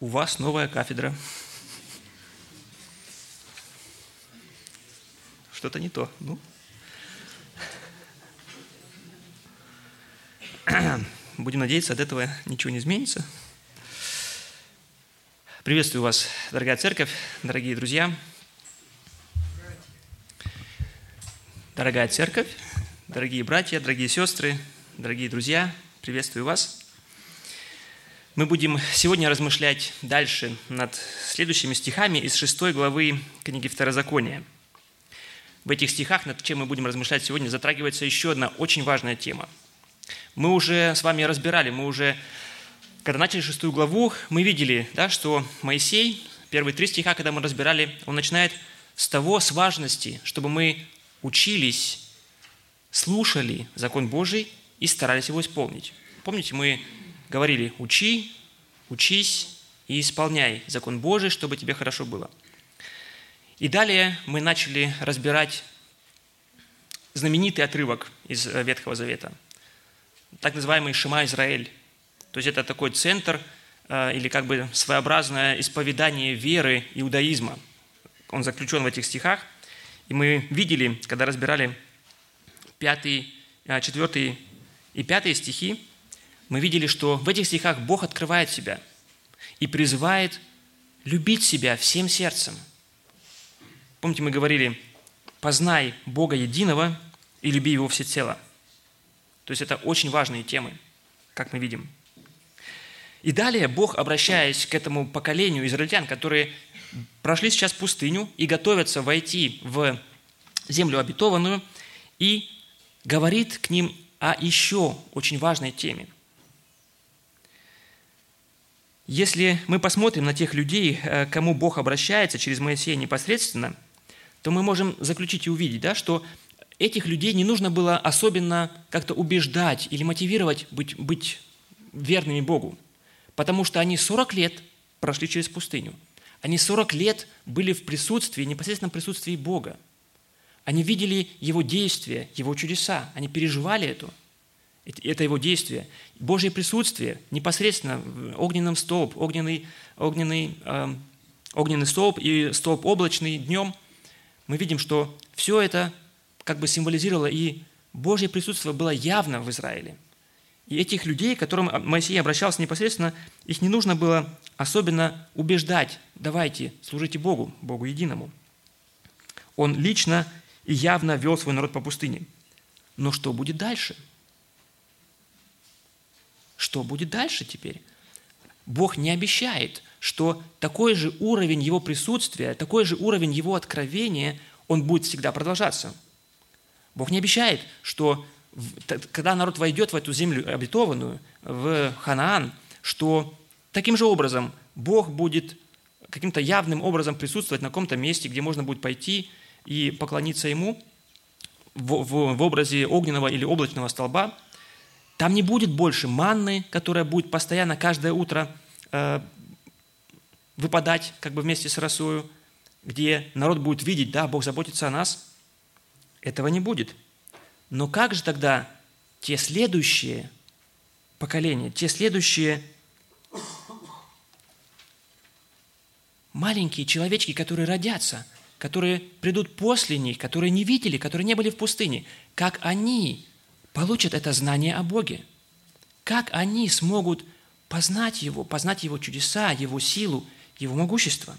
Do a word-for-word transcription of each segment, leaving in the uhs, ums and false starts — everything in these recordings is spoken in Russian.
у вас новая кафедра. Что-то не то. Ну. Будем надеяться, от этого ничего не изменится. Приветствую вас, дорогая церковь, дорогие друзья. Дорогая церковь, дорогие братья, дорогие сестры, дорогие друзья, приветствую вас. Мы будем сегодня размышлять дальше над следующими стихами из шестой главы книги Второзакония. В этих стихах, над чем мы будем размышлять сегодня, затрагивается еще одна очень важная тема. Мы уже с вами разбирали, мы уже, когда начали шестую главу, мы видели, да, что Моисей, первые три стиха, когда мы разбирали, он начинает с того, с важности, чтобы мы учились, слушали закон Божий и старались его исполнить. Помните, мы говорили: учи, учись и исполняй закон Божий, чтобы тебе хорошо было. И далее мы начали разбирать знаменитый отрывок из Ветхого Завета, так называемый Шема Израиль. То есть это такой центр э, или как бы своеобразное исповедание веры иудаизма. Он заключен в этих стихах. И мы видели, когда разбирали пятый, четвертый и пятый стихи, мы видели, что в этих стихах Бог открывает себя и призывает любить себя всем сердцем. Помните, мы говорили: «Познай Бога единого и люби Его всецело». То есть это очень важные темы, как мы видим. И далее Бог, обращаясь к этому поколению израильтян, которые прошли сейчас пустыню и готовятся войти в землю обетованную, и говорит к ним о еще очень важной теме. Если мы посмотрим на тех людей, к кому Бог обращается через Моисея непосредственно, то мы можем заключить и увидеть, да, что этих людей не нужно было особенно как-то убеждать или мотивировать быть, быть верными Богу, потому что они сорок лет прошли через пустыню. Они сорок лет были в присутствии, непосредственном присутствии Бога. Они видели Его действия, Его чудеса, они переживали это. Это Его действие. Божье присутствие непосредственно, огненный столб, огненный, огненный, э, огненный столб и столб облачный днем. Мы видим, что все это как бы символизировало, и Божье присутствие было явно в Израиле. И этих людей, к которым Моисей обращался непосредственно, их не нужно было особенно убеждать: давайте, служите Богу, Богу единому. Он лично и явно вел свой народ по пустыне. Но что будет дальше? Что будет дальше теперь? Бог не обещает, что такой же уровень Его присутствия, такой же уровень Его откровения, он будет всегда продолжаться. Бог не обещает, что когда народ войдет в эту землю обетованную, в Ханаан, что таким же образом Бог будет каким-то явным образом присутствовать на каком-то месте, где можно будет пойти и поклониться Ему в, в, в образе огненного или облачного столба. Там не будет больше манны, которая будет постоянно каждое утро э, выпадать как бы вместе с росою, где народ будет видеть: да, Бог заботится о нас. Этого не будет. Но как же тогда те следующие поколения, те следующие маленькие человечки, которые родятся, которые придут после них, которые не видели, которые не были в пустыне, как они получат это знание о Боге? Как они смогут познать Его, познать Его чудеса, Его силу, Его могущество?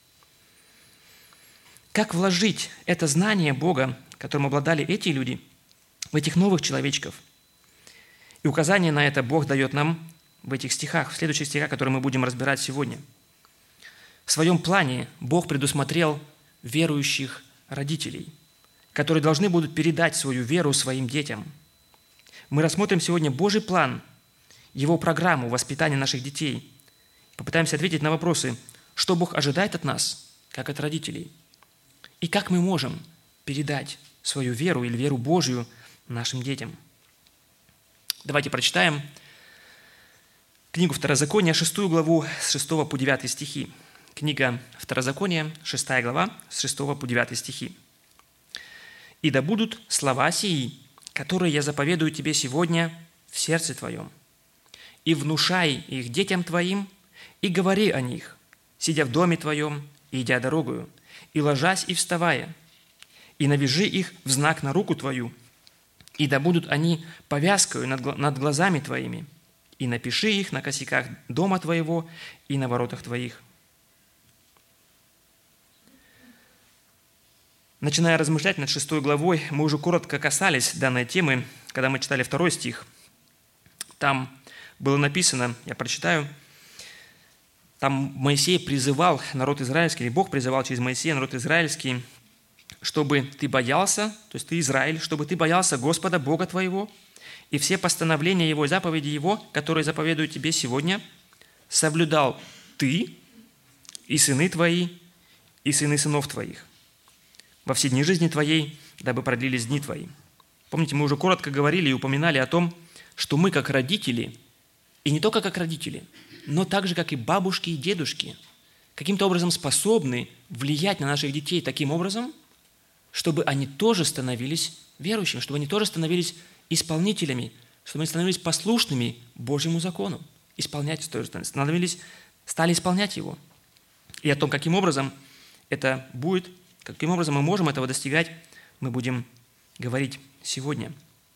Как вложить это знание Бога, которым обладали эти люди, в этих новых человечков? И указание на это Бог дает нам в этих стихах, в следующих стихах, которые мы будем разбирать сегодня. В своем плане Бог предусмотрел верующих родителей, которые должны будут передать свою веру своим детям. Мы рассмотрим сегодня Божий план, Его программу воспитания наших детей. Попытаемся ответить на вопросы: что Бог ожидает от нас, как от родителей, и как мы можем передать свою веру или веру Божью нашим детям. Давайте прочитаем книгу Второзакония, шестую главу, с шестого по девятый стихи. Книга Второзакония, шестая глава, с шестого по девятый стихи. «И да будут слова сии, которые я заповедую тебе сегодня в сердце твоем, и внушай их детям твоим, и говори о них, сидя в доме твоем и идя дорогою, и ложась и вставая, и навяжи их в знак на руку твою, и да будут они повязкою над, над глазами твоими, и напиши их на косяках дома твоего и на воротах твоих». Начиная размышлять над шестой главой, мы уже коротко касались данной темы, когда мы читали второй стих. Там было написано, я прочитаю, там Моисей призывал народ израильский, или Бог призывал через Моисея народ израильский, чтобы ты боялся, то есть ты Израиль, чтобы ты боялся Господа Бога твоего, и все постановления Его и заповеди Его, которые заповедуют тебе сегодня, соблюдал ты и сыны твои, и сыны сынов твоих во все дни жизни твоей, дабы продлились дни твои. Помните, мы уже коротко говорили и упоминали о том, что мы как родители, и не только как родители, но так же, как и бабушки и дедушки, каким-то образом способны влиять на наших детей таким образом, чтобы они тоже становились верующими, чтобы они тоже становились исполнителями, чтобы они становились послушными Божьему закону, исполнять становились, стали исполнять его. И о том, каким образом это будет, каким образом мы можем этого достигать, мы будем говорить сегодня.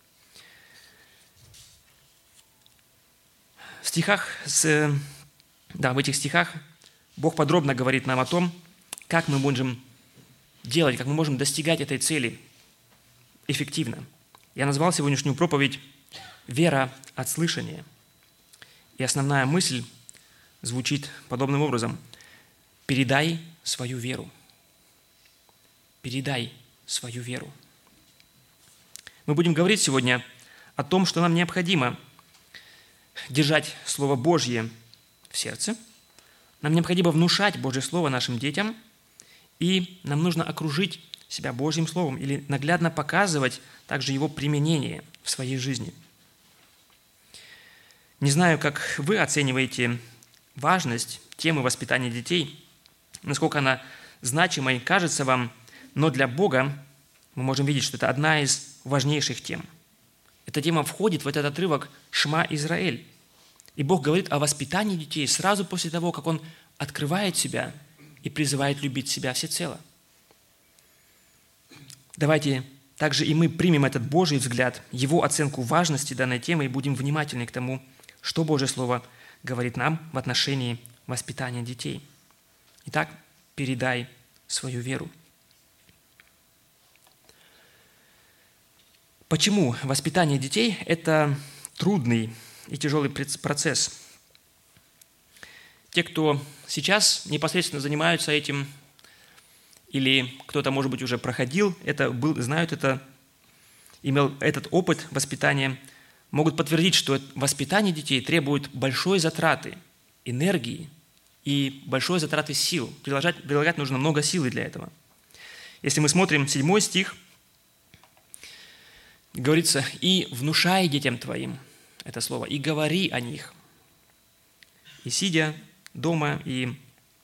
В стихах, с, да, в этих стихах Бог подробно говорит нам о том, как мы можем делать, как мы можем достигать этой цели эффективно. Я назвал сегодняшнюю проповедь «Вера от слышания». И основная мысль звучит подобным образом: «Передай свою веру». Передай свою веру. Мы будем говорить сегодня о том, что нам необходимо держать Слово Божье в сердце, нам необходимо внушать Божье Слово нашим детям, и нам нужно окружить себя Божьим Словом или наглядно показывать также его применение в своей жизни. Не знаю, как вы оцениваете важность темы воспитания детей, насколько она значимой кажется вам, но для Бога мы можем видеть, что это одна из важнейших тем. Эта тема входит в этот отрывок «Шма Израиль». И Бог говорит о воспитании детей сразу после того, как Он открывает себя и призывает любить себя всецело. Давайте также и мы примем этот Божий взгляд, Его оценку важности данной темы и будем внимательны к тому, что Божье Слово говорит нам в отношении воспитания детей. Итак, передай свою веру. Почему воспитание детей – это трудный и тяжелый процесс? Те, кто сейчас непосредственно занимаются этим, или кто-то, может быть, уже проходил это, был, знают это, имел этот опыт воспитания, могут подтвердить, что воспитание детей требует большой затраты энергии и большой затраты сил. Прилагать, прилагать нужно много силы для этого. Если мы смотрим седьмой стих, говорится: «И внушай детям твоим», это слово, «и говори о них». И сидя дома, и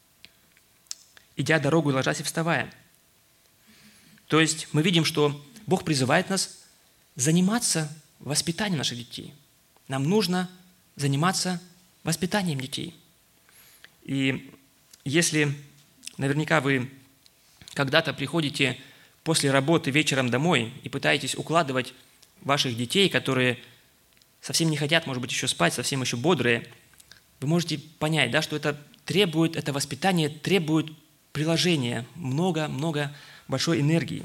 идя дорогу, и ложась и вставая. То есть мы видим, что Бог призывает нас заниматься воспитанием наших детей. Нам нужно заниматься воспитанием детей. И если наверняка вы когда-то приходите после работы вечером домой и пытаетесь укладывать ваших детей, которые совсем не хотят, может быть, еще спать, совсем еще бодрые, вы можете понять, да, что это требует, это воспитание требует приложения, много-много большой энергии.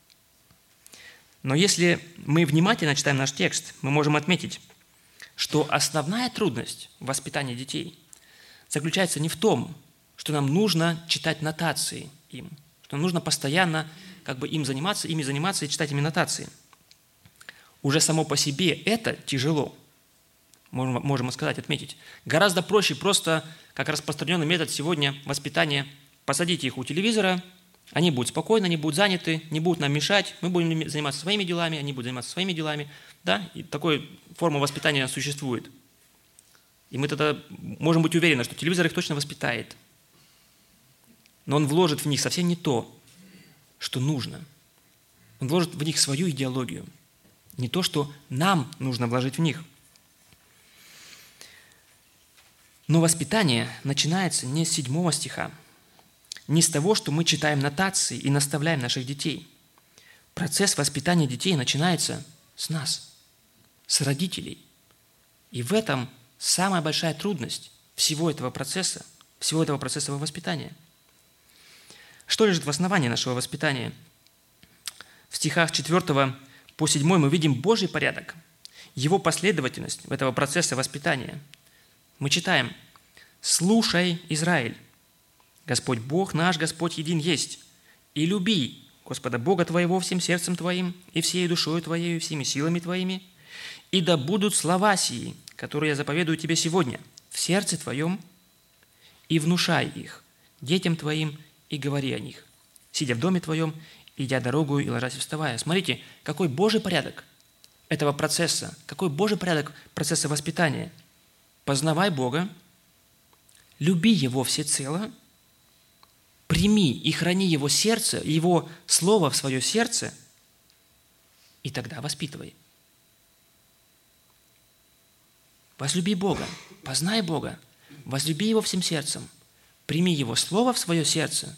Но если мы внимательно читаем наш текст, мы можем отметить, что основная трудность в воспитании детей заключается не в том, что нам нужно читать нотации им, что нам нужно постоянно как бы им заниматься, ими заниматься и читать ими нотации. Уже само по себе это тяжело, можем, можем сказать, отметить. Гораздо проще просто, как распространенный метод сегодня воспитания, посадите их у телевизора, они будут спокойны, они будут заняты, не будут нам мешать, мы будем заниматься своими делами, они будут заниматься своими делами. Да? И такой форма воспитания существует. И мы тогда можем быть уверены, что телевизор их точно воспитает. Но он вложит в них совсем не то, что нужно. Он вложит в них свою идеологию, не то, что нам нужно вложить в них. Но воспитание начинается не с седьмого стиха, не с того, что мы читаем нотации и наставляем наших детей. Процесс воспитания детей начинается с нас, с родителей. И в этом самая большая трудность всего этого процесса, всего этого процесса воспитания. Что лежит в основании нашего воспитания? В стихах с четвёртого по седьмой мы видим Божий порядок, Его последовательность этого процесса воспитания. Мы читаем: «Слушай, Израиль, Господь Бог наш, Господь един есть, и люби Господа Бога твоего всем сердцем твоим, и всей душою твоей, и всеми силами твоими, и да будут слова сии, которые я заповедую тебе сегодня, в сердце твоем, и внушай их детям твоим, и говори о них, сидя в доме твоем, идя дорогою и ложась и вставая». Смотрите, какой Божий порядок этого процесса, какой Божий порядок процесса воспитания. Познавай Бога, люби Его всецело, прими и храни Его сердце, Его Слово в свое сердце, и тогда воспитывай. Возлюби Бога, познай Бога, возлюби Его всем сердцем, прими Его Слово в свое сердце,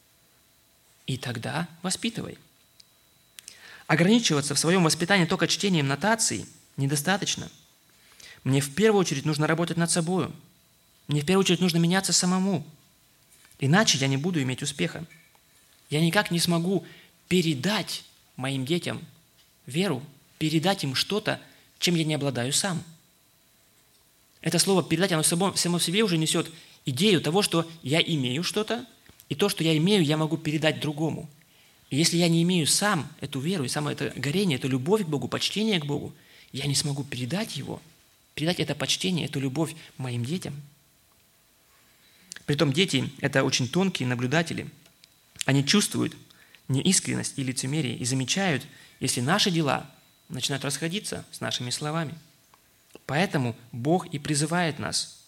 и тогда воспитывай. Ограничиваться в своем воспитании только чтением нотаций недостаточно. Мне в первую очередь нужно работать над собой. Мне в первую очередь нужно меняться самому. Иначе я не буду иметь успеха. Я никак не смогу передать моим детям веру, передать им что-то, чем я не обладаю сам. Это слово «передать», оно само в себе уже несет идею того, что я имею что-то, и то, что я имею, я могу передать другому. И если я не имею сам эту веру, и само это горение, эту любовь к Богу, почтение к Богу, я не смогу передать его, передать это почтение, эту любовь моим детям. Притом дети – это очень тонкие наблюдатели. Они чувствуют неискренность и лицемерие и замечают, если наши дела начинают расходиться с нашими словами. Поэтому Бог и призывает нас: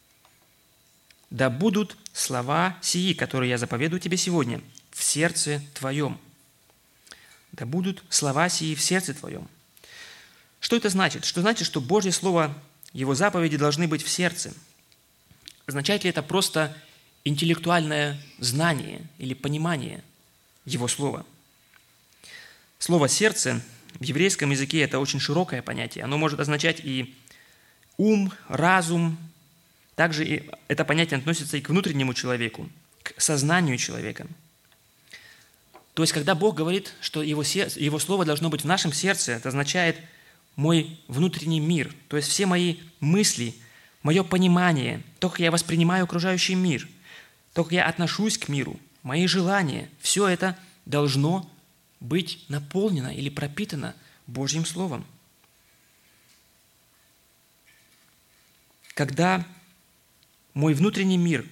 «Да будут слова сии, которые я заповедую тебе сегодня, в сердце твоем». Да будут слова сии в сердце твоем. Что это значит? Что значит, что Божье Слово, Его заповеди должны быть в сердце? Означает ли это просто интеллектуальное знание или понимание Его Слова? Слово «сердце» в еврейском языке – это очень широкое понятие. Оно может означать и ум, разум. Также и это понятие относится и к внутреннему человеку, к сознанию человека. То есть, когда Бог говорит, что Его, сердце, Его Слово должно быть в нашем сердце, это означает мой внутренний мир, то есть все мои мысли, мое понимание, то, как я воспринимаю окружающий мир, то, как я отношусь к миру, мои желания, все это должно быть наполнено или пропитано Божьим Словом. Когда мой внутренний мир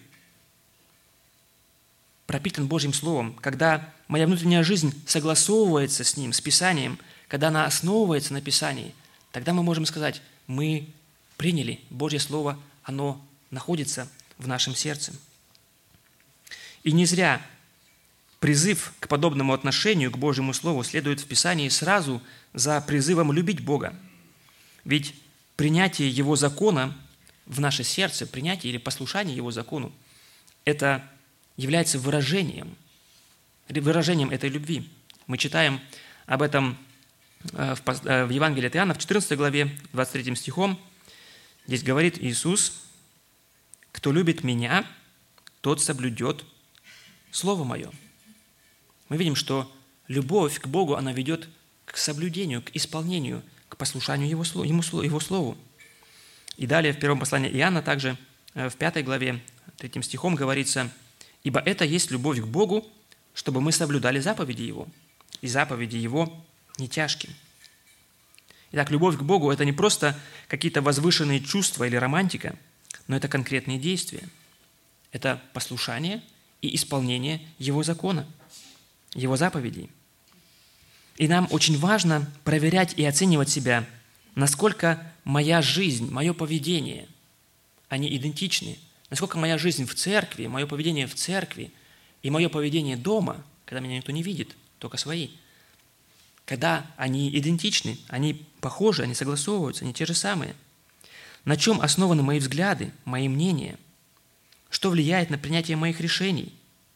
пропитан Божьим Словом, когда моя внутренняя жизнь согласовывается с Ним, с Писанием, когда она основывается на Писании, тогда мы можем сказать: мы приняли Божье Слово, оно находится в нашем сердце. И не зря призыв к подобному отношению к Божьему Слову следует в Писании сразу за призывом любить Бога. Ведь принятие Его закона в наше сердце, принятие или послушание Его закону, это является выражением, выражением этой любви. Мы читаем об этом в Евангелии от Иоанна, в четырнадцатой главе, двадцать третьим стихом. Здесь говорит Иисус: «Кто любит Меня, тот соблюдет Слово Мое». Мы видим, что любовь к Богу, она ведет к соблюдению, к исполнению, к послушанию Его, Его Слову. И далее в первом послании Иоанна, также в пятой главе, третьим стихом говорится: «Ибо это есть любовь к Богу, чтобы мы соблюдали заповеди Его, и заповеди Его не тяжкие». Итак, любовь к Богу – это не просто какие-то возвышенные чувства или романтика, но это конкретные действия. Это послушание и исполнение Его закона, Его заповедей. И нам очень важно проверять и оценивать себя, насколько моя жизнь, мое поведение, они идентичны, насколько моя жизнь в церкви, мое поведение в церкви и мое поведение дома, когда меня никто не видит, только свои, когда они идентичны, они похожи, они согласовываются, они те же самые. На чем основаны мои взгляды, мои мнения? Что влияет на принятие моих решений?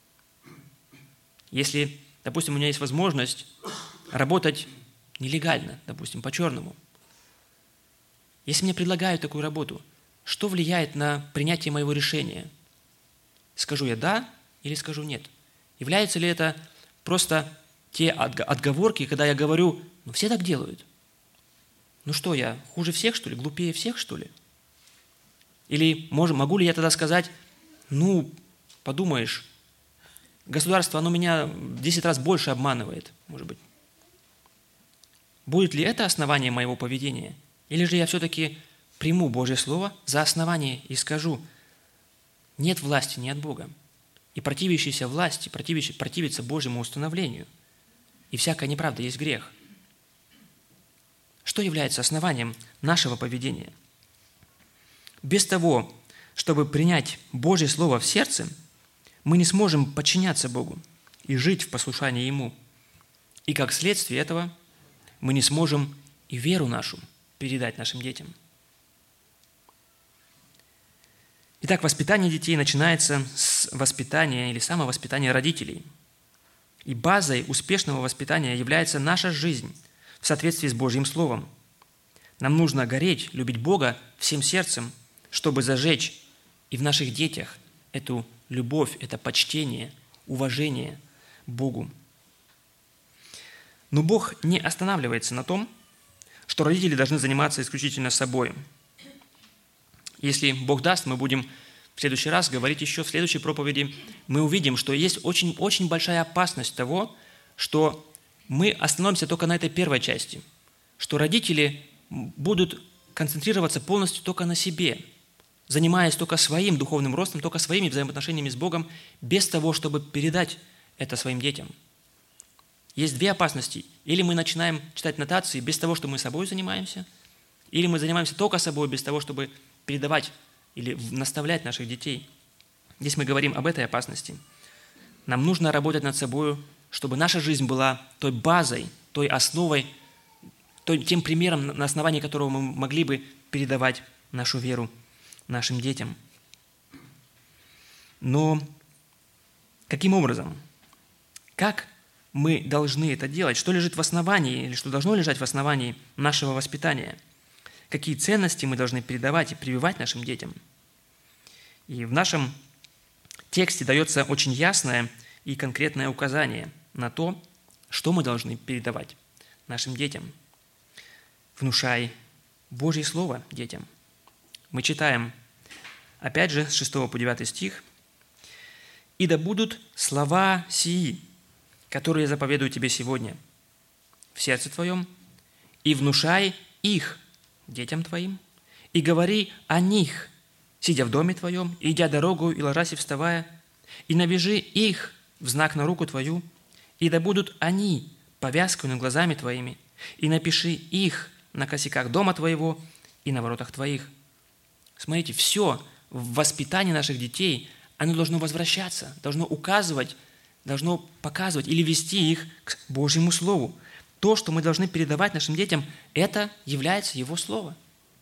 Если, допустим, у меня есть возможность работать нелегально, допустим, по-черному, если мне предлагают такую работу, что влияет на принятие моего решения? Скажу я «да» или скажу «нет»? Является ли это просто те отговорки, когда я говорю «ну все так делают»? Ну что, я хуже всех, что ли? Глупее всех, что ли? Или могу ли я тогда сказать «ну, подумаешь, государство, оно меня в десять раз больше обманывает, может быть». Будет ли это основание моего поведения? Или же я все-таки приму Божье Слово за основание и скажу «нет власти, не от Бога». И противящийся власти противится Божьему установлению. И всякая неправда есть грех. Что является основанием нашего поведения? Без того, чтобы принять Божье Слово в сердце, мы не сможем подчиняться Богу и жить в послушании Ему. И как следствие этого мы не сможем и веру нашу передать нашим детям. Итак, воспитание детей начинается с воспитания или самовоспитания родителей. И базой успешного воспитания является наша жизнь в соответствии с Божьим Словом. Нам нужно гореть, любить Бога всем сердцем, чтобы зажечь и в наших детях эту любовь, это почтение, уважение Богу. Но Бог не останавливается на том, что родители должны заниматься исключительно собой. Если Бог даст, мы будем в следующий раз говорить еще в следующей проповеди, мы увидим, что есть очень-очень большая опасность того, что мы остановимся только на этой первой части, что родители будут концентрироваться полностью только на себе, занимаясь только своим духовным ростом, только своими взаимоотношениями с Богом, без того, чтобы передать это своим детям. Есть две опасности. Или мы начинаем читать нотации без того, что мы собой занимаемся, или мы занимаемся только собой без того, чтобы передавать или наставлять наших детей. Здесь мы говорим об этой опасности. Нам нужно работать над собой, чтобы наша жизнь была той базой, той основой, той, тем примером, на основании которого мы могли бы передавать нашу веру нашим детям. Но каким образом? Как мы должны это делать? Что лежит в основании, или что должно лежать в основании нашего воспитания? Какие ценности мы должны передавать и прививать нашим детям? И в нашем тексте дается очень ясное и конкретное указание на то, что мы должны передавать нашим детям. Внушай Божье Слово детям. Мы читаем, опять же, с шестого по девятый стих. «И да будут слова сии, которые я заповедую тебе сегодня, в сердце твоем, и внушай их детям твоим, и говори о них, сидя в доме твоем, и идя дорогу, и ложась и вставая, и навяжи их в знак на руку твою, и да будут они повязкой над глазами твоими, и напиши их на косяках дома твоего и на воротах твоих». Смотрите, все в воспитании наших детей, оно должно возвращаться, должно указывать, должно показывать или вести их к Божьему Слову. То, что мы должны передавать нашим детям, это является Его Слово.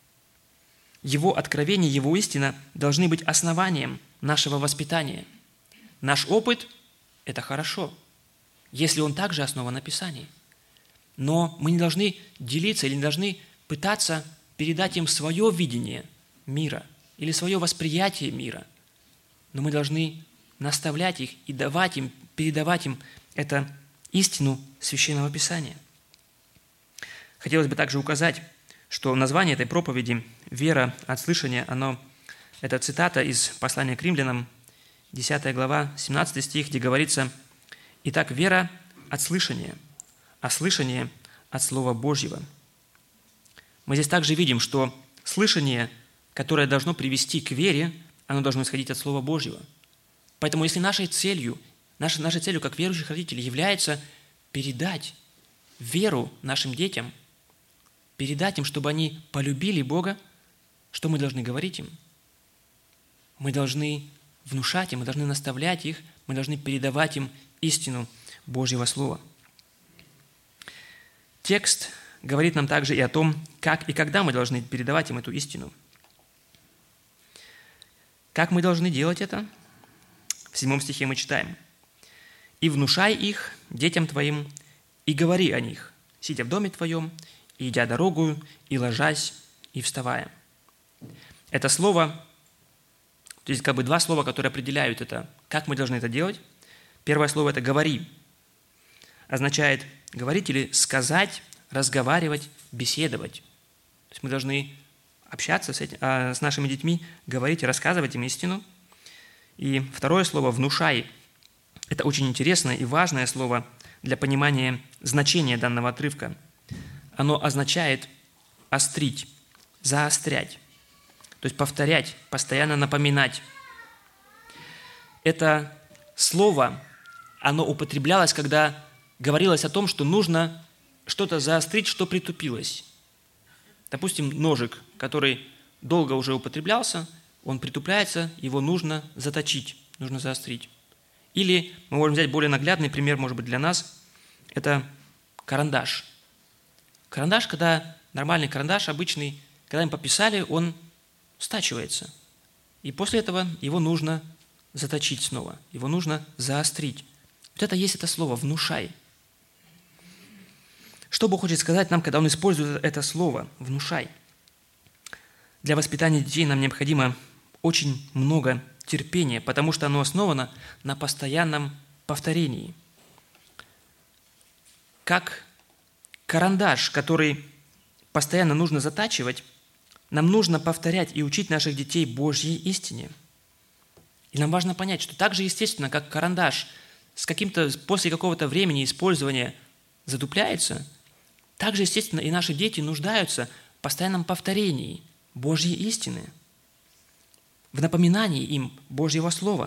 Его откровение, Его истина должны быть основанием нашего воспитания. Наш опыт – это хорошо, если он также основан на Писании. Но мы не должны делиться или не должны пытаться передать им свое видение мира или свое восприятие мира. Но мы должны наставлять их и давать им, передавать им эту истину Священного Писания. Хотелось бы также указать, что название этой проповеди «Вера от слышания», оно, это цитата из послания к римлянам, десятая глава, семнадцатый стих, где говорится: «Итак, вера от слышания, а слышание от Слова Божьего». Мы здесь также видим, что слышание, которое должно привести к вере, оно должно исходить от Слова Божьего. Поэтому если нашей целью, нашей, нашей целью как верующих родителей является передать веру нашим детям, передать им, чтобы они полюбили Бога, что мы должны говорить им? Мы должны внушать им, мы должны наставлять их, мы должны передавать им истину Божьего Слова. Текст говорит нам также и о том, как и когда мы должны передавать им эту истину. Как мы должны делать это? В седьмом стихе мы читаем. «И внушай их детям твоим, и говори о них, сидя в доме твоем, и идя дорогою, и ложась, и вставая». Это слово, то есть как бы два слова, которые определяют это, как мы должны это делать. Первое слово – это «говори». Означает говорить или сказать, разговаривать, беседовать. То есть мы должны общаться с, этим, а, с нашими детьми, говорить и рассказывать им истину. И второе слово «внушай» – это очень интересное и важное слово для понимания значения данного отрывка. Оно означает острить, заострять, то есть повторять, постоянно напоминать. Это слово, оно употреблялось, когда говорилось о том, что нужно что-то заострить, что притупилось. Допустим, ножик, который долго уже употреблялся, он притупляется, его нужно заточить, нужно заострить. Или мы можем взять более наглядный пример, может быть, для нас. Это карандаш. Карандаш, когда нормальный карандаш, обычный, когда им пописали, он стачивается. И после этого его нужно заточить снова, его нужно заострить. Вот это есть это слово «внушай». Что Бог хочет сказать нам, когда Он использует это слово «внушай»? Для воспитания детей нам необходимо очень много терпения, потому что оно основано на постоянном повторении. Как карандаш, который постоянно нужно затачивать, нам нужно повторять и учить наших детей Божьей истине. И нам важно понять, что так же естественно, как карандаш с каким-то, после какого-то времени использования затупляется, так же естественно и наши дети нуждаются в постоянном повторении Божьей истины, в напоминании им Божьего Слова.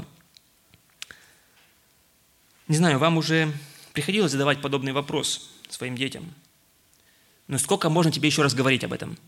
Не знаю, вам уже приходилось задавать подобный вопрос своим детям. Но сколько можно тебе еще раз говорить об этом?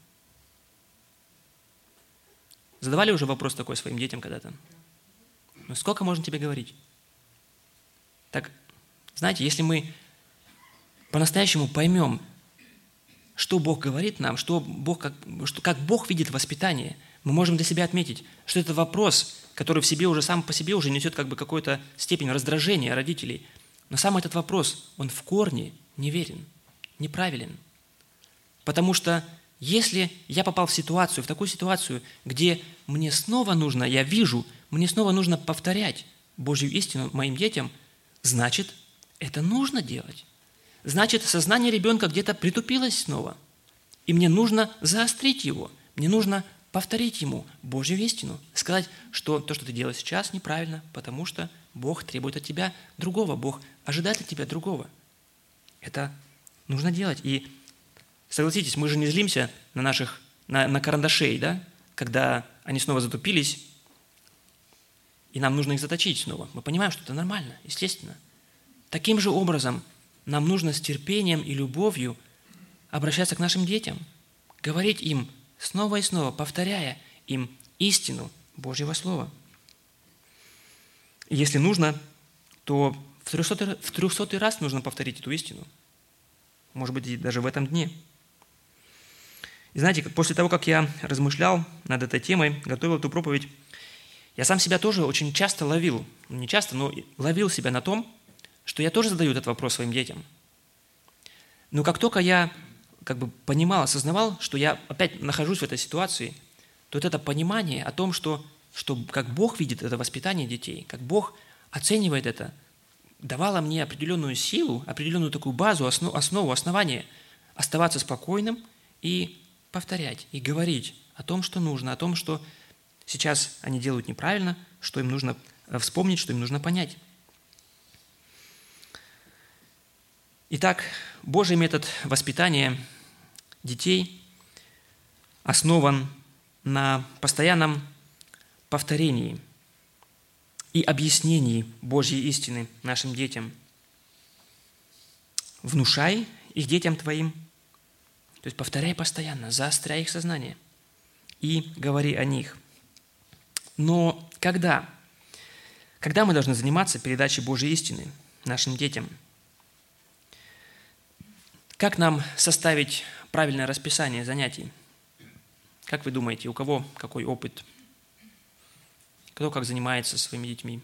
Задавали уже вопрос такой своим детям когда-то? Ну сколько можно тебе говорить? Так, знаете, если мы по-настоящему поймем, что Бог говорит нам, что Бог, как, что, как Бог видит воспитание, мы можем для себя отметить, что это вопрос, который в себе уже сам по себе уже несет как бы какую-то степень раздражения родителей. Но сам этот вопрос, он в корне неверен, неправилен. Потому что если я попал в ситуацию, в такую ситуацию, где мне снова нужно, я вижу, мне снова нужно повторять Божью истину моим детям, значит, это нужно делать. Значит, сознание ребенка где-то притупилось снова. И мне нужно заострить его. Мне нужно повторить ему Божью истину. Сказать, что то, что ты делаешь сейчас, неправильно, потому что Бог требует от тебя другого. Бог ожидает от тебя другого. Это нужно делать. И согласитесь, мы же не злимся на наших, на, на карандашей, да? Когда они снова затупились, и нам нужно их заточить снова. Мы понимаем, что это нормально, естественно. Таким же образом нам нужно с терпением и любовью обращаться к нашим детям, говорить им снова и снова, повторяя им истину Божьего Слова. И если нужно, то в трехсотый, в трехсотый раз нужно повторить эту истину. Может быть, и даже в этом дне. И знаете, после того, как я размышлял над этой темой, готовил эту проповедь, я сам себя тоже очень часто ловил, не часто, но ловил себя на том, что я тоже задаю этот вопрос своим детям. Но как только я как бы понимал, осознавал, что я опять нахожусь в этой ситуации, то вот это понимание о том, что, что как Бог видит это воспитание детей, как Бог оценивает это, давало мне определенную силу, определенную такую базу, основу, основу основание оставаться спокойным и повторять, и говорить о том, что нужно, о том, что сейчас они делают неправильно, что им нужно вспомнить, что им нужно понять. Итак, Божий метод воспитания детей основан на постоянном повторении и объяснении Божьей истины нашим детям. Внушай их детям твоим, то есть повторяй постоянно, заостряй их сознание и говори о них. Но когда? Когда мы должны заниматься передачей Божьей истины нашим детям? Как нам составить правильное расписание занятий? Как вы думаете, у кого какой опыт? Кто как занимается своими детьми?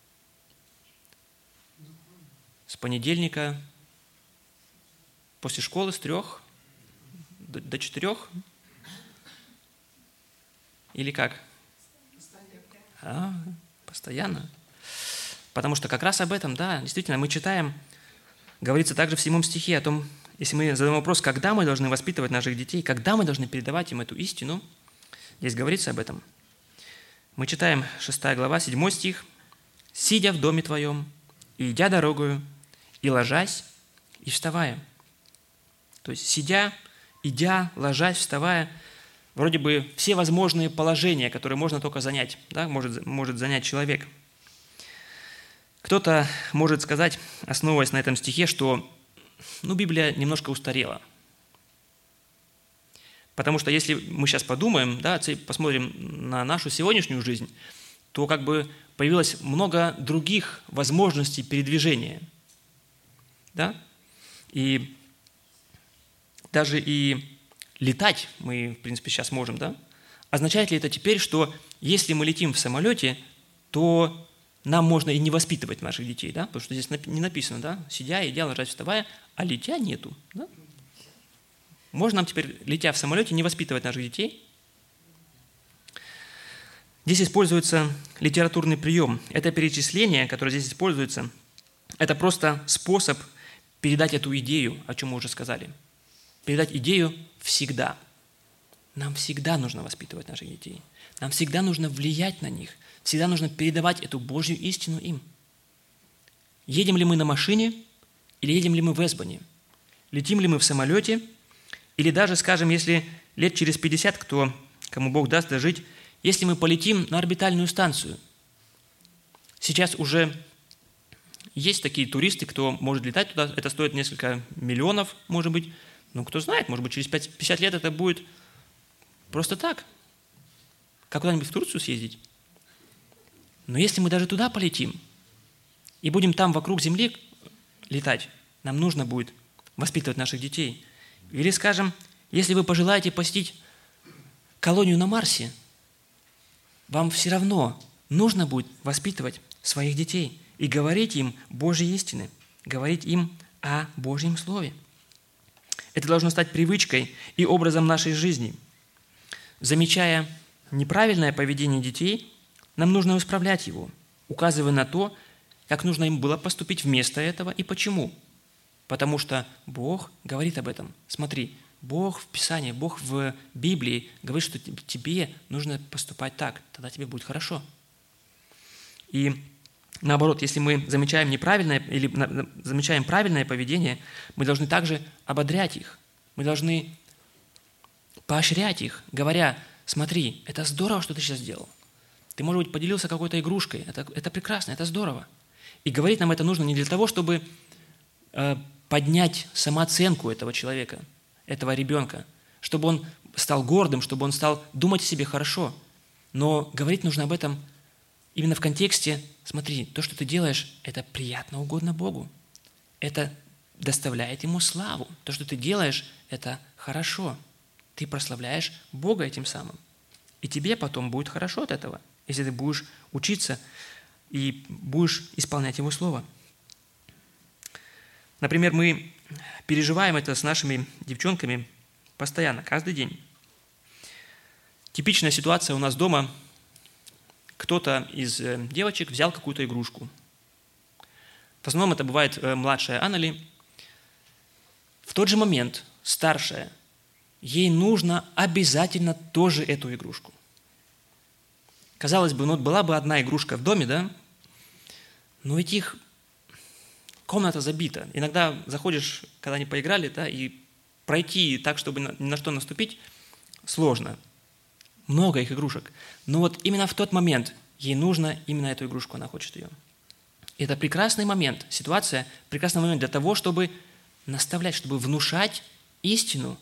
С понедельника, после школы с трех до, до четырех? Или как? А, постоянно. Потому что как раз об этом, да, действительно, мы читаем, говорится также в седьмом стихе о том, если мы задаем вопрос, когда мы должны воспитывать наших детей, когда мы должны передавать им эту истину, здесь говорится об этом. Мы читаем шестая глава, седьмой стих. «Сидя в доме твоем, и идя дорогою, и ложась, и вставая». То есть, сидя, идя, ложась, вставая, вроде бы все возможные положения, которые можно только занять, да, может, может занять человек. Кто-то может сказать, основываясь на этом стихе, что ну, Библия немножко устарела. Потому что если мы сейчас подумаем, да, посмотрим на нашу сегодняшнюю жизнь, то как бы появилось много других возможностей передвижения. Да? И даже и летать мы, в принципе, сейчас можем. Да? Означает ли это теперь, что если мы летим в самолете, то нам можно и не воспитывать наших детей, да? Потому что здесь не написано, да, сидя, идя, ложась, вставая, а летя нету. Да? Можно нам теперь, летя в самолете, не воспитывать наших детей? Здесь используется литературный прием. Это перечисление, которое здесь используется, это просто способ передать эту идею, о чем мы уже сказали. Передать идею всегда. Нам всегда нужно воспитывать наших детей. Нам всегда нужно влиять на них. Всегда нужно передавать эту Божью истину им. Едем ли мы на машине или едем ли мы в эсбане? Летим ли мы в самолете? Или даже, скажем, если лет через пятьдесят, кто, кому Бог даст дожить, если мы полетим на орбитальную станцию. Сейчас уже есть такие туристы, кто может летать туда, это стоит несколько миллионов, может быть. Но кто знает, может быть, через пятьдесят лет это будет просто так. Как куда-нибудь в Турцию съездить. Но если мы даже туда полетим и будем там вокруг Земли летать, нам нужно будет воспитывать наших детей. Или, скажем, если вы пожелаете посетить колонию на Марсе, вам все равно нужно будет воспитывать своих детей и говорить им Божьи истины, говорить им о Божьем Слове. Это должно стать привычкой и образом нашей жизни. Замечая неправильное поведение детей, нам нужно исправлять его, указывая на то, как нужно им было поступить вместо этого и почему. Потому что Бог говорит об этом. Смотри, Бог в Писании, Бог в Библии говорит, что тебе нужно поступать так, тогда тебе будет хорошо. И наоборот, если мы замечаем неправильное или замечаем правильное поведение, мы должны также ободрять их. Мы должны поощрять их, говоря, смотри, это здорово, что ты сейчас сделал. Ты, может быть, поделился какой-то игрушкой. Это, это прекрасно, это здорово. И говорить нам это нужно не для того, чтобы э, поднять самооценку этого человека, этого ребенка, чтобы он стал гордым, чтобы он стал думать о себе хорошо. Но говорить нужно об этом именно в контексте, смотри, то, что ты делаешь, это приятно, угодно Богу. Это доставляет Ему славу. То, что ты делаешь, это хорошо. Ты прославляешь Бога этим самым. И тебе потом будет хорошо от этого, если ты будешь учиться и будешь исполнять Его Слово. Например, мы переживаем это с нашими девчонками постоянно, каждый день. Типичная ситуация у нас дома. Кто-то из девочек взял какую-то игрушку. В основном это бывает младшая Аннели. В тот же момент старшая, ей нужно обязательно тоже эту игрушку. Казалось бы, ну, была бы одна игрушка в доме, да? Но ведь их комната забита. Иногда заходишь, когда они поиграли, да, и пройти так, чтобы ни на что наступить, сложно. Много их игрушек. Но вот именно в тот момент ей нужно именно эту игрушку, она хочет ее. И это прекрасный момент, ситуация, прекрасный момент для того, чтобы наставлять, чтобы внушать истину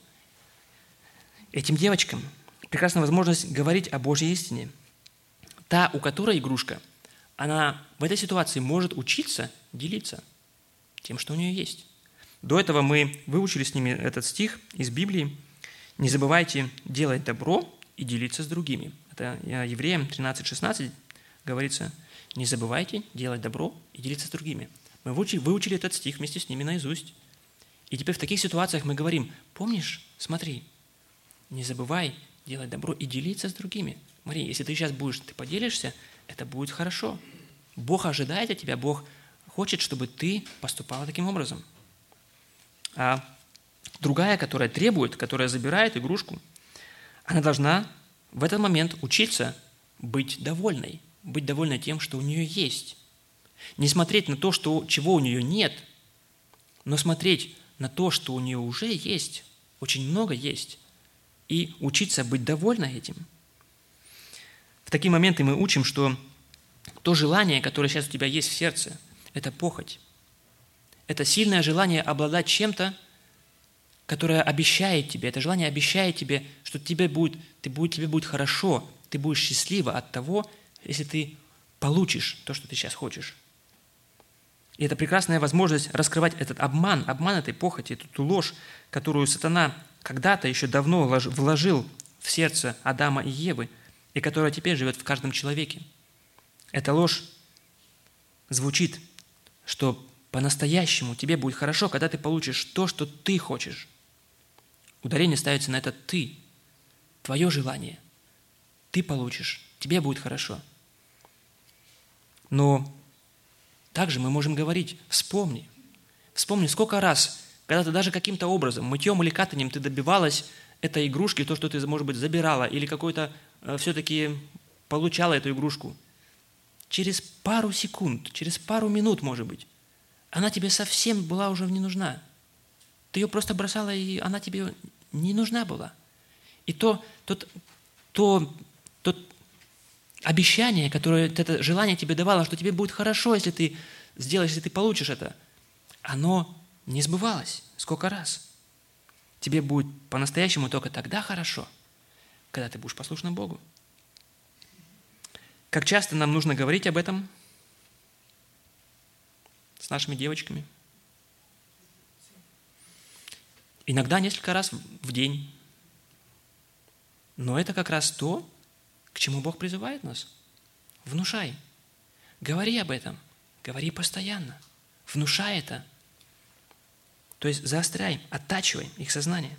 этим девочкам. Прекрасная возможность говорить о Божьей истине. Та, у которой игрушка, она в этой ситуации может учиться делиться тем, что у нее есть. До этого мы выучили с ними этот стих из Библии. «Не забывайте делать добро и делиться с другими». Это Евреям тринадцать шестнадцать. говорится, не забывайте делать добро и делиться с другими. Мы выучили, выучили этот стих вместе с ними наизусть. И теперь в таких ситуациях мы говорим, помнишь, смотри, не забывай делать добро и делиться с другими. Смотри, если ты сейчас будешь, ты поделишься, это будет хорошо. Бог ожидает от тебя, Бог хочет, чтобы ты поступала таким образом. А другая, которая требует, которая забирает игрушку, она должна в этот момент учиться быть довольной, быть довольной тем, что у нее есть. Не смотреть на то, что, чего у нее нет, но смотреть на то, что у нее уже есть, очень много есть, и учиться быть довольной этим. В такие моменты мы учим, что то желание, которое сейчас у тебя есть в сердце, это похоть. Это сильное желание обладать чем-то, которое обещает тебе, это желание обещает тебе, что тебе будет, ты будет, тебе будет хорошо, ты будешь счастлива от того, если ты получишь то, что ты сейчас хочешь. И это прекрасная возможность раскрывать этот обман, обман этой похоти, эту ложь, которую сатана когда-то еще давно вложил в сердце Адама и Евы, и которая теперь живет в каждом человеке. Эта ложь звучит, что по-настоящему тебе будет хорошо, когда ты получишь то, что ты хочешь. Ударение ставится на это «ты», твое желание. Ты получишь, тебе будет хорошо. Но также мы можем говорить, вспомни, вспомни, сколько раз, когда ты даже каким-то образом, мытьем или катанием ты добивалась этой игрушки, то, что ты, может быть, забирала, или какой-то э, все-таки получала эту игрушку. Через пару секунд, через пару минут, может быть, она тебе совсем была уже не нужна. Ты ее просто бросала, и она тебе не нужна была. И то, то, то, то обещание, которое это желание тебе давало, что тебе будет хорошо, если ты сделаешь, если ты получишь это, оно не сбывалось. Сколько раз? Тебе будет по-настоящему только тогда хорошо, когда ты будешь послушна Богу. Как часто нам нужно говорить об этом с нашими девочками? Иногда несколько раз в день. Но это как раз то, к чему Бог призывает нас. Внушай. Говори об этом. Говори постоянно. Внушай это. То есть заостряй, оттачивай их сознание.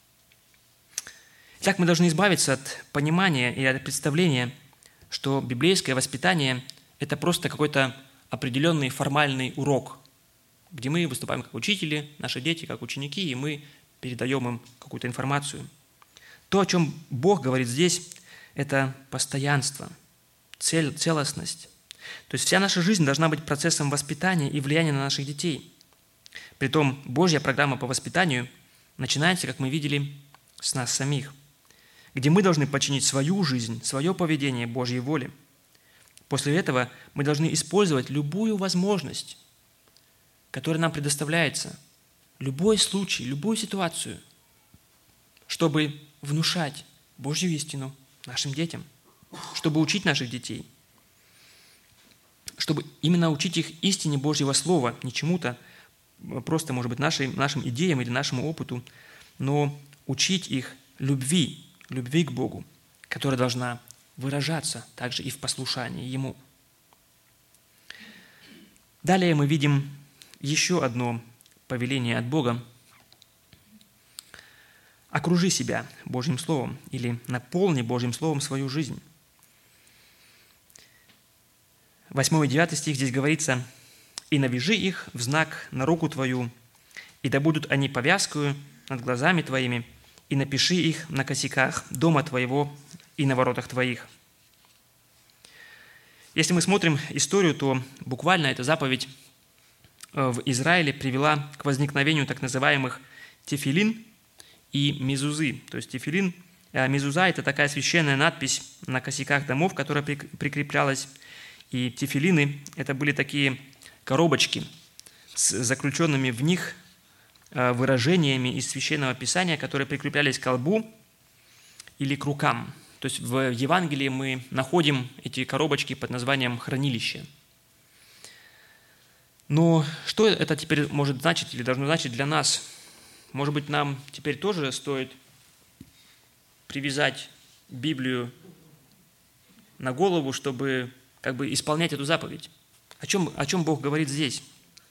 Итак, мы должны избавиться от понимания и от представления, что библейское воспитание – это просто какой-то определенный формальный урок, где мы выступаем как учители, наши дети как ученики, и мы передаем им какую-то информацию. То, о чем Бог говорит здесь, это постоянство, цель, целостность. То есть вся наша жизнь должна быть процессом воспитания и влияния на наших детей. Притом Божья программа по воспитанию начинается, как мы видели, с нас самих, где мы должны подчинить свою жизнь, свое поведение Божьей воле. После этого мы должны использовать любую возможность, которая нам предоставляется, любой случай, любую ситуацию, чтобы внушать Божью истину нашим детям, чтобы учить наших детей, чтобы именно учить их истине Божьего Слова, не чему-то, просто, может быть, нашей, нашим идеям или нашему опыту, но учить их любви, любви к Богу, которая должна выражаться также и в послушании Ему. Далее мы видим еще одно повеление от Бога. Окружи себя Божьим Словом или наполни Божьим Словом свою жизнь. Восьмой и девятый стих здесь говорится: «И навяжи их в знак на руку твою, и да будут они повязкою над глазами твоими, и напиши их на косяках дома твоего и на воротах твоих». Если мы смотрим историю, то буквально эта заповедь в Израиле привела к возникновению так называемых тефилин и мезузы. То есть тефилин, мезуза – это такая священная надпись на косяках домов, которая прикреплялась. И тефилины – это были такие коробочки с заключенными в них выражениями из Священного Писания, которые прикреплялись к колбу или к рукам. То есть в Евангелии мы находим эти коробочки под названием «хранилище». Но что это теперь может значить или должно значить для нас? Может быть, нам теперь тоже стоит привязать Библию на голову, чтобы как бы исполнять эту заповедь. О чем, о чем Бог говорит здесь?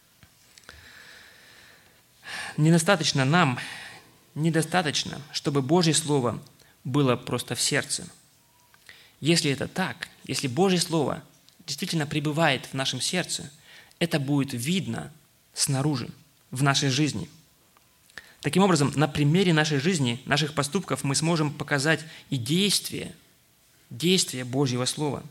Недостаточно нам, недостаточно, чтобы Божье Слово было просто в сердце. Если это так, если Божье Слово действительно пребывает в нашем сердце, это будет видно снаружи, в нашей жизни. Таким образом, на примере нашей жизни, наших поступков мы сможем показать и действие, действие Божьего Слова.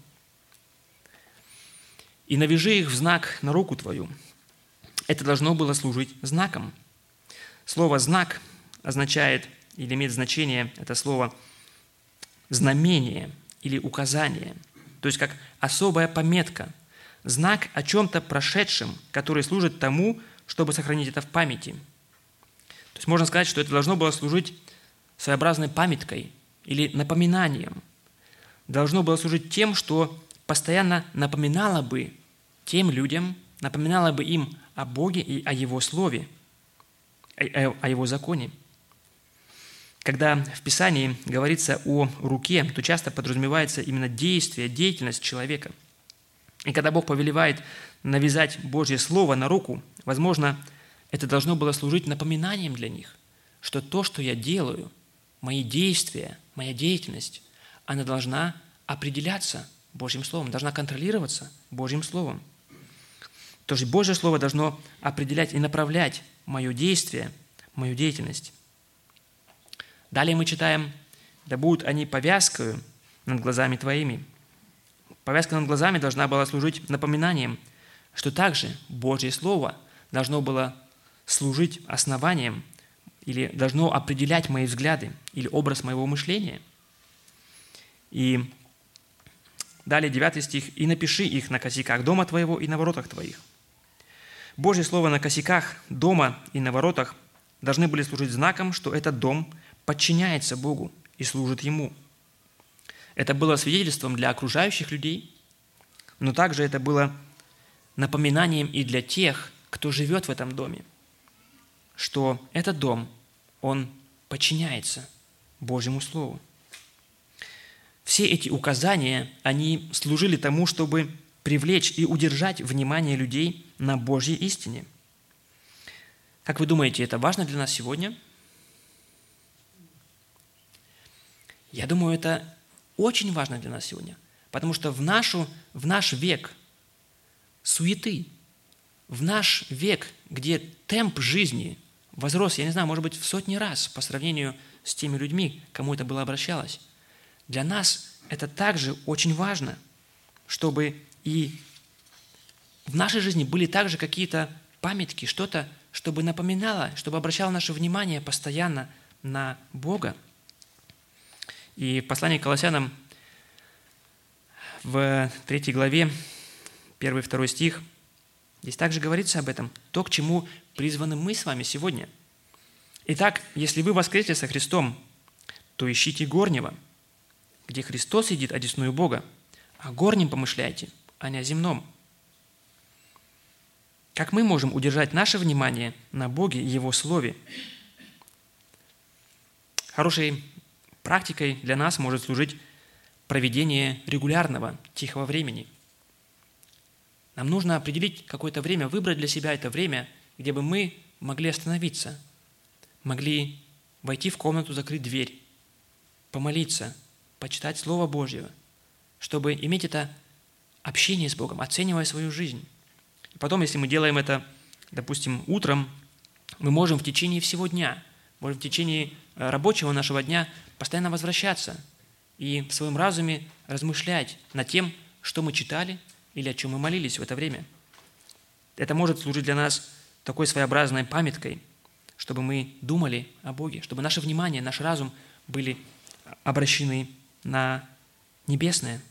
«И навяжи их в знак на руку твою». Это должно было служить знаком. Слово «знак» означает или имеет значение, это слово «знамение» или «указание», то есть как особая пометка, знак о чем-то прошедшем, который служит тому, чтобы сохранить это в памяти. То есть можно сказать, что это должно было служить своеобразной памяткой или напоминанием. Должно было служить тем, что постоянно напоминало бы тем людям, напоминало бы им о Боге и о Его Слове, о, о Его законе. Когда в Писании говорится о руке, то часто подразумевается именно действие, деятельность человека. И когда Бог повелевает навязать Божье Слово на руку, возможно, это должно было служить напоминанием для них, что то, что я делаю, мои действия, моя деятельность, она должна определяться Божьим Словом, должна контролироваться Божьим Словом. То есть Божье Слово должно определять и направлять мое действие, мою деятельность. Далее мы читаем: «Да будут они повязкою над глазами твоими». Повязка над глазами должна была служить напоминанием, что также Божье Слово должно было служить основанием или должно определять мои взгляды или образ моего мышления. И далее девятый стих: «И напиши их на косяках дома твоего и на воротах твоих». Божье Слово на косяках дома и на воротах должны были служить знаком, что этот дом подчиняется Богу и служит Ему. Это было свидетельством для окружающих людей, но также это было напоминанием и для тех, кто живет в этом доме, что этот дом, он подчиняется Божьему Слову. Все эти указания, они служили тому, чтобы привлечь и удержать внимание людей на Божьей истине. Как вы думаете, это важно для нас сегодня? Я думаю, это очень важно для нас сегодня, потому что в, нашу, в наш век суеты, в наш век, где темп жизни возрос, я не знаю, может быть, в сотни раз по сравнению с теми людьми, к кому это было обращалось, для нас это также очень важно, чтобы и в нашей жизни были также какие-то памятки, что-то, чтобы напоминало, чтобы обращало наше внимание постоянно на Бога. И в послании к Колоссянам в третьей главе, первый и второй стих, здесь также говорится об этом, то, к чему призваны мы с вами сегодня. «Итак, если вы воскресли со Христом, то ищите горнего, где Христос сидит одесную Бога, о горнем помышляйте, а не о земном». Как мы можем удержать наше внимание на Боге и Его Слове? Хорошей практикой для нас может служить проведение регулярного тихого времени. Нам нужно определить какое-то время, выбрать для себя это время, где бы мы могли остановиться, могли войти в комнату, закрыть дверь, помолиться, почитать Слово Божье, чтобы иметь это общение с Богом, оценивая свою жизнь. И потом, если мы делаем это, допустим, утром, мы можем в течение всего дня, можем в течение рабочего нашего дня постоянно возвращаться и в своем разуме размышлять над тем, что мы читали или о чем мы молились в это время. Это может служить для нас такой своеобразной памяткой, чтобы мы думали о Боге, чтобы наше внимание, наш разум были обращены на небесное.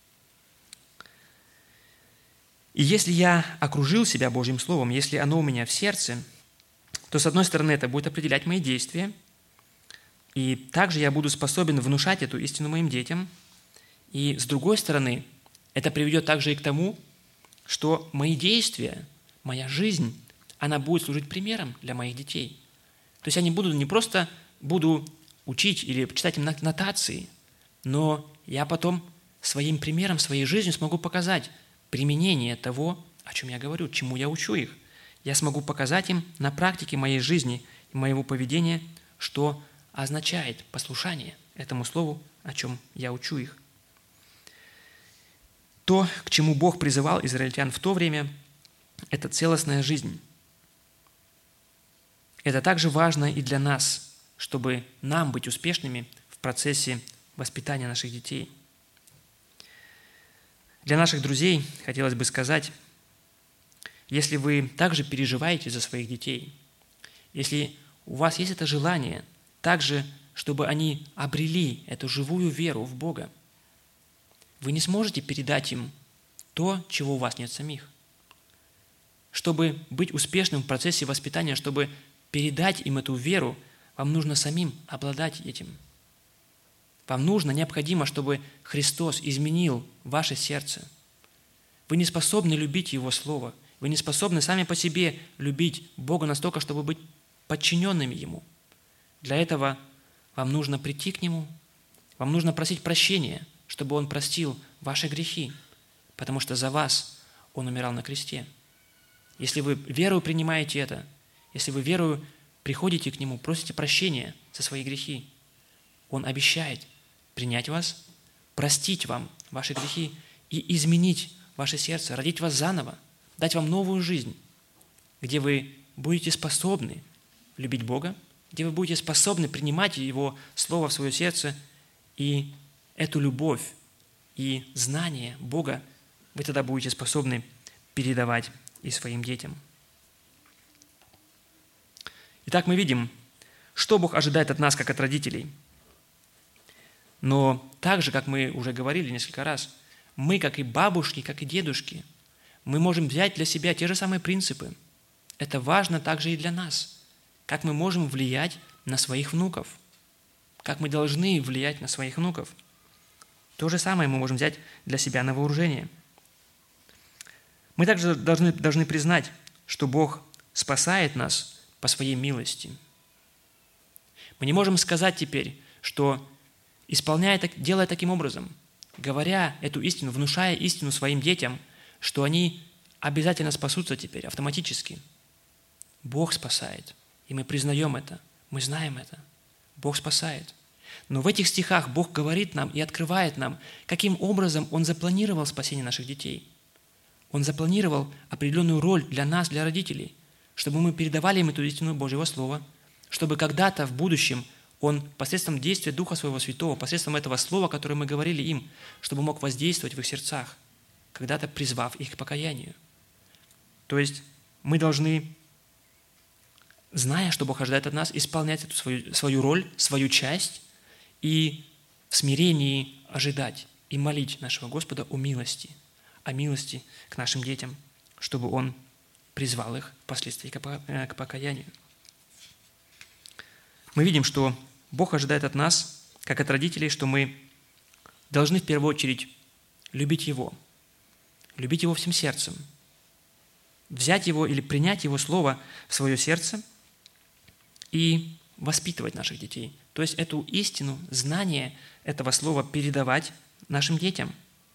И если я окружил себя Божьим Словом, если оно у меня в сердце, то, с одной стороны, это будет определять мои действия, и также я буду способен внушать эту истину моим детям, и, с другой стороны, это приведет также и к тому, что мои действия, моя жизнь, она будет служить примером для моих детей. То есть я не буду не просто буду учить или читать им нотации, но я потом своим примером, своей жизнью смогу показать применение того, о чем я говорю, чему я учу их. Я смогу показать им на практике моей жизни и моего поведения, что означает послушание этому слову, о чем я учу их. То, к чему Бог призывал израильтян в то время, это целостная жизнь. Это также важно и для нас, чтобы нам быть успешными в процессе воспитания наших детей. Для наших друзей хотелось бы сказать, если вы также переживаете за своих детей, если у вас есть это желание, также, чтобы они обрели эту живую веру в Бога, вы не сможете передать им то, чего у вас нет самих. Чтобы быть успешным в процессе воспитания, чтобы передать им эту веру, вам нужно самим обладать этим. Вам нужно, необходимо, чтобы Христос изменил ваше сердце. Вы не способны любить Его Слово. Вы не способны сами по себе любить Бога настолько, чтобы быть подчиненными Ему. Для этого вам нужно прийти к Нему, вам нужно просить прощения, чтобы Он простил ваши грехи, потому что за вас Он умирал на кресте. Если вы верою принимаете это, если вы верою приходите к Нему, просите прощения за свои грехи, Он обещает принять вас, простить вам ваши грехи и изменить ваше сердце, родить вас заново, дать вам новую жизнь, где вы будете способны любить Бога, где вы будете способны принимать Его Слово в свое сердце, и эту любовь и знание Бога вы тогда будете способны передавать и своим детям. Итак, мы видим, что Бог ожидает от нас, как от родителей. Но так же, как мы уже говорили несколько раз, мы, как и бабушки, как и дедушки, мы можем взять для себя те же самые принципы. Это важно также и для нас. Как мы можем влиять на своих внуков. Как мы должны влиять на своих внуков. То же самое мы можем взять для себя на вооружение. Мы также должны, должны признать, что Бог спасает нас по своей милости. Мы не можем сказать теперь, что, исполняя, делая таким образом, говоря эту истину, внушая истину своим детям, что они обязательно спасутся теперь автоматически. Бог спасает, и мы признаем это, мы знаем это. Бог спасает. Но в этих стихах Бог говорит нам и открывает нам, каким образом Он запланировал спасение наших детей. Он запланировал определенную роль для нас, для родителей, чтобы мы передавали им эту истину Божьего Слова, чтобы когда-то в будущем Он посредством действия Духа Своего Святого, посредством этого Слова, которое мы говорили им, чтобы мог воздействовать в их сердцах, когда-то призвав их к покаянию. То есть мы должны, зная, что Бог ожидает от нас, исполнять эту свою, свою роль, свою часть и в смирении ожидать и молить нашего Господа о милости, о милости к нашим детям, чтобы Он призвал их впоследствии к покаянию. Мы видим, что Бог ожидает от нас, как от родителей, что мы должны в первую очередь любить Его, любить Его всем сердцем, взять Его или принять Его Слово в свое сердце и воспитывать наших детей. То есть эту истину, знание этого Слова передавать нашим детям.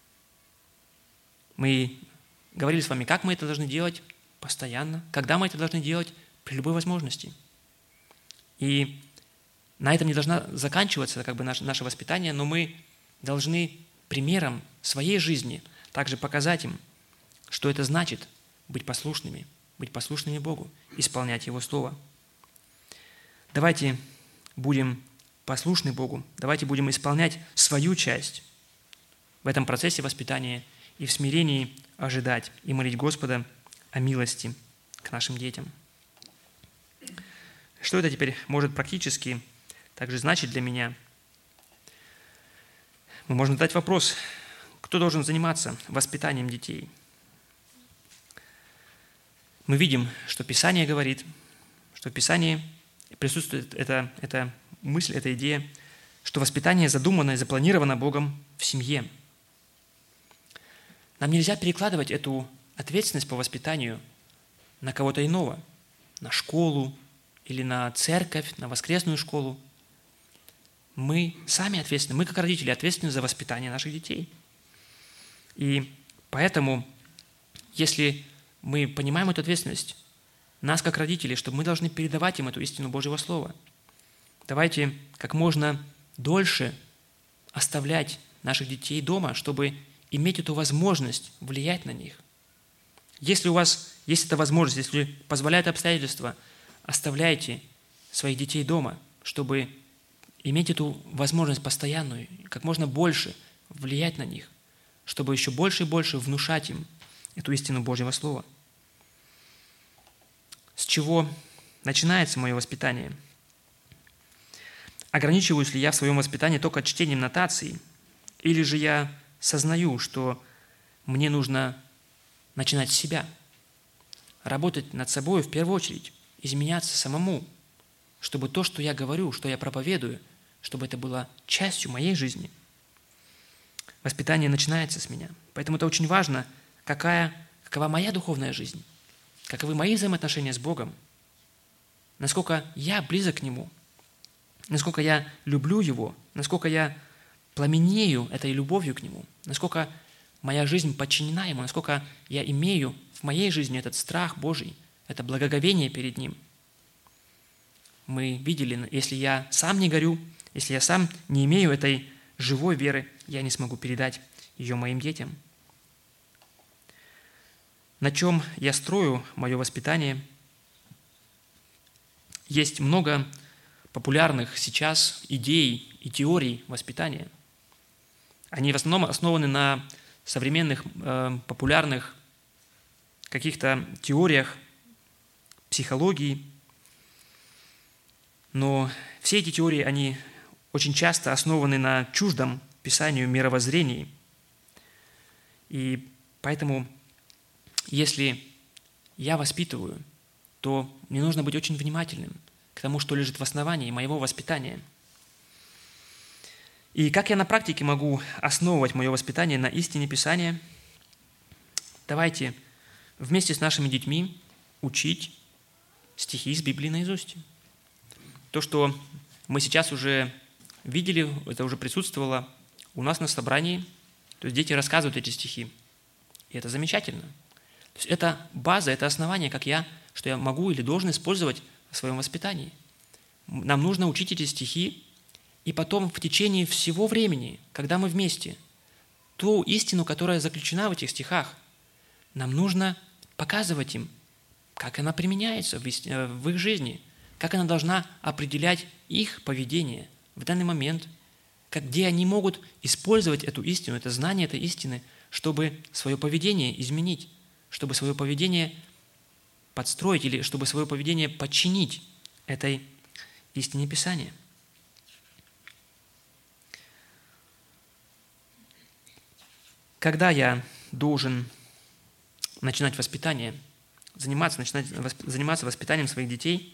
Мы говорили с вами, как мы это должны делать постоянно, когда мы это должны делать при любой возможности. И на этом не должна заканчиваться как бы наше, наше воспитание, но мы должны примером своей жизни также показать им, что это значит быть послушными, быть послушными Богу, исполнять Его Слово. Давайте будем послушны Богу, давайте будем исполнять свою часть в этом процессе воспитания и в смирении ожидать и молить Господа о милости к нашим детям. Что это теперь может практически также значить для меня? Мы можем задать вопрос, кто должен заниматься воспитанием детей? Мы видим, что Писание говорит, что в Писании присутствует эта, эта мысль, эта идея, что воспитание задумано и запланировано Богом в семье. Нам нельзя перекладывать эту ответственность по воспитанию на кого-то иного, на школу или на церковь, на воскресную школу. Мы сами ответственны, мы как родители ответственны за воспитание наших детей. И поэтому, если мы понимаем эту ответственность, нас, как родителей, что мы должны передавать им эту истину Божьего Слова, давайте как можно дольше оставлять наших детей дома, чтобы иметь эту возможность влиять на них. Если у вас есть эта возможность, если позволяют обстоятельства, оставляйте своих детей дома, чтобы иметь эту возможность постоянную, как можно больше влиять на них, чтобы еще больше и больше внушать им эту истину Божьего Слова. С чего начинается мое воспитание? Ограничиваюсь ли я в своем воспитании только чтением нотаций, или же я сознаю, что мне нужно начинать с себя, работать над собой в первую очередь, изменяться самому, чтобы то, что я говорю, что я проповедую, чтобы это было частью моей жизни. Воспитание начинается с меня. Поэтому это очень важно, какая, какова моя духовная жизнь, каковы мои взаимоотношения с Богом, насколько я близок к Нему, насколько я люблю Его, насколько я пламенею этой любовью к Нему, насколько моя жизнь подчинена Ему, насколько я имею в моей жизни этот страх Божий, это благоговение перед Ним. Мы видели, если я сам не горю, если я сам не имею этой живой веры, я не смогу передать ее моим детям. На чем я строю мое воспитание? Есть много популярных сейчас идей и теорий воспитания. Они в основном основаны на современных э, популярных каких-то теориях психологии, но все эти теории, они очень часто основаны на чуждом Писанию мировоззрении. И поэтому, если я воспитываю, то мне нужно быть очень внимательным к тому, что лежит в основании моего воспитания. И как я на практике могу основывать мое воспитание на истине Писания? Давайте вместе с нашими детьми учить стихи из Библии наизусть. То, что мы сейчас уже видели, это уже присутствовало у нас на собрании. То есть дети рассказывают эти стихи. И это замечательно. То есть это база, это основание, как я, что я могу или должен использовать в своем воспитании. Нам нужно учить эти стихи, и потом в течение всего времени, когда мы вместе, ту истину, которая заключена в этих стихах, нам нужно показывать им, как она применяется в их жизни, как она должна определять их поведение в данный момент, как, где они могут использовать эту истину, это знание этой истины, чтобы свое поведение изменить, чтобы свое поведение подстроить или чтобы свое поведение подчинить этой истине Писания. Когда я должен начинать воспитание, заниматься, начинать заниматься воспитанием своих детей,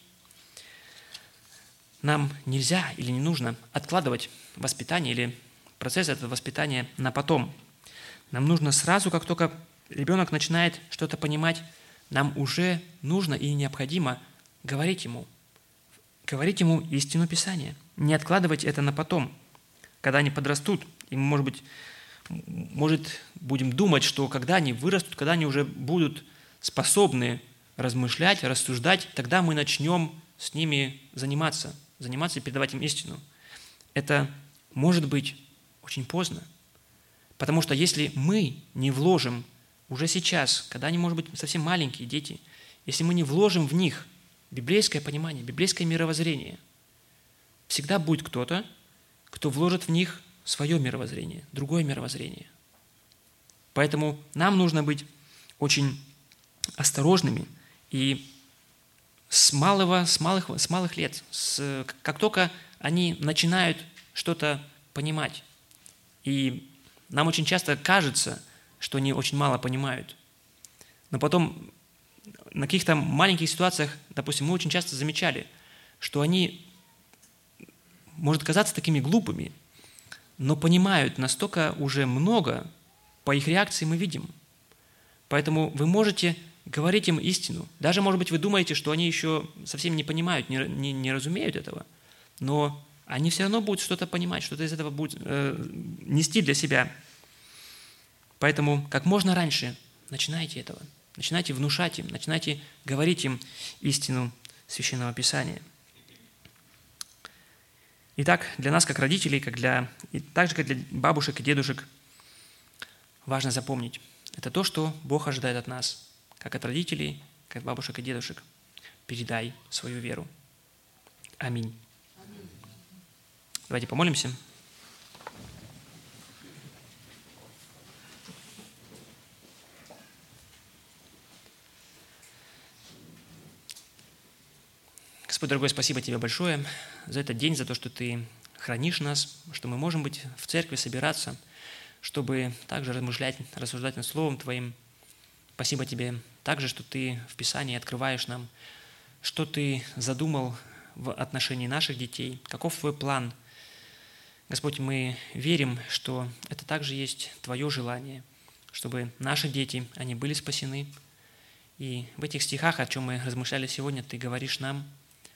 нам нельзя или не нужно откладывать воспитание или процесс этого воспитания на потом. Нам нужно сразу, как только ребенок начинает что-то понимать, нам уже нужно и необходимо говорить ему, говорить ему истину Писания. Не откладывать это на потом, когда они подрастут, и, может быть, может, будем думать, что когда они вырастут, когда они уже будут способны размышлять, рассуждать, тогда мы начнем с ними заниматься, заниматься и передавать им истину. Это может быть очень поздно, потому что если мы не вложим уже сейчас, когда они, может быть, совсем маленькие дети, если мы не вложим в них библейское понимание, библейское мировоззрение, всегда будет кто-то, кто вложит в них свое мировоззрение, другое мировоззрение. Поэтому нам нужно быть очень осторожными и с малого, с малых, с малых лет, с, как только они начинают что-то понимать, и нам очень часто кажется, что они очень мало понимают, но потом на каких-то маленьких ситуациях, допустим, мы очень часто замечали, что они, может казаться такими глупыми, но понимают настолько уже много, по их реакции мы видим. Поэтому вы можете говорить им истину. Даже, может быть, вы думаете, что они еще совсем не понимают, не, не, не разумеют этого, но они все равно будут что-то понимать, что-то из этого будут э, нести для себя. Поэтому как можно раньше начинайте этого. Начинайте внушать им, начинайте говорить им истину Священного Писания. Итак, для нас, как родителей, как для, и так же, как для бабушек и дедушек, важно запомнить. Это то, что Бог ожидает от нас, как от родителей, как от бабушек и дедушек. Передай свою веру. Аминь. Аминь. Давайте помолимся. Господь, дорогой, спасибо Тебе большое за этот день, за то, что Ты хранишь нас, что мы можем быть в церкви, собираться, чтобы также размышлять, рассуждать над Словом Твоим. Спасибо Тебе также, что Ты в Писании открываешь нам, что Ты задумал в отношении наших детей, каков Твой план. Господь, мы верим, что это также есть Твое желание, чтобы наши дети, они были спасены. И в этих стихах, о чем мы размышляли сегодня, Ты говоришь нам,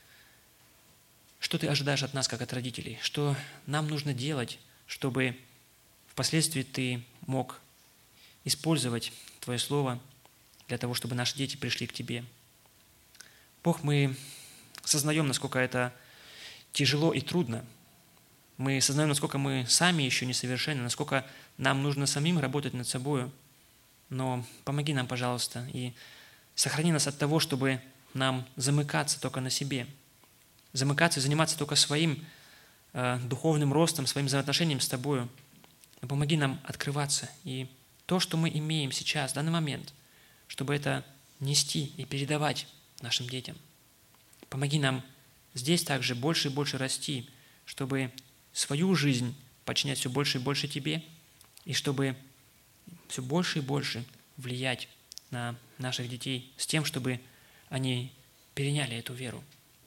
что Ты ожидаешь от нас, как от родителей, что нам нужно делать, чтобы впоследствии Ты мог использовать Твое Слово для того, чтобы наши дети пришли к Тебе. Бог, мы сознаем, насколько это тяжело и трудно. Мы сознаем, насколько мы сами еще несовершенны, насколько нам нужно самим работать над собой. Но помоги нам, пожалуйста, и сохрани нас от того, чтобы нам замыкаться только на себе, замыкаться и заниматься только своим э, духовным ростом, своим взаимоотношением с Тобою. Но помоги нам открываться. И то, что мы имеем сейчас, в данный момент, чтобы это нести и передавать нашим детям. Помоги нам здесь также больше и больше расти, чтобы свою жизнь подчинять все больше и больше Тебе, и чтобы все больше и больше влиять на наших детей с тем, чтобы они переняли эту веру.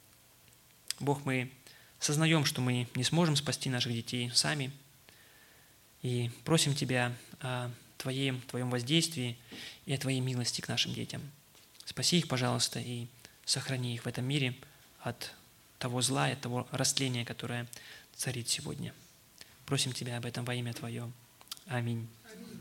Бог, мы сознаем, что мы не сможем спасти наших детей сами, и просим Тебя о Твоем, Твоем воздействии и о Твоей милости к нашим детям. Спаси их, пожалуйста, и сохрани их в этом мире от того зла, от того растления, которое царит сегодня. Просим Тебя об этом во имя Твое. Аминь. Аминь.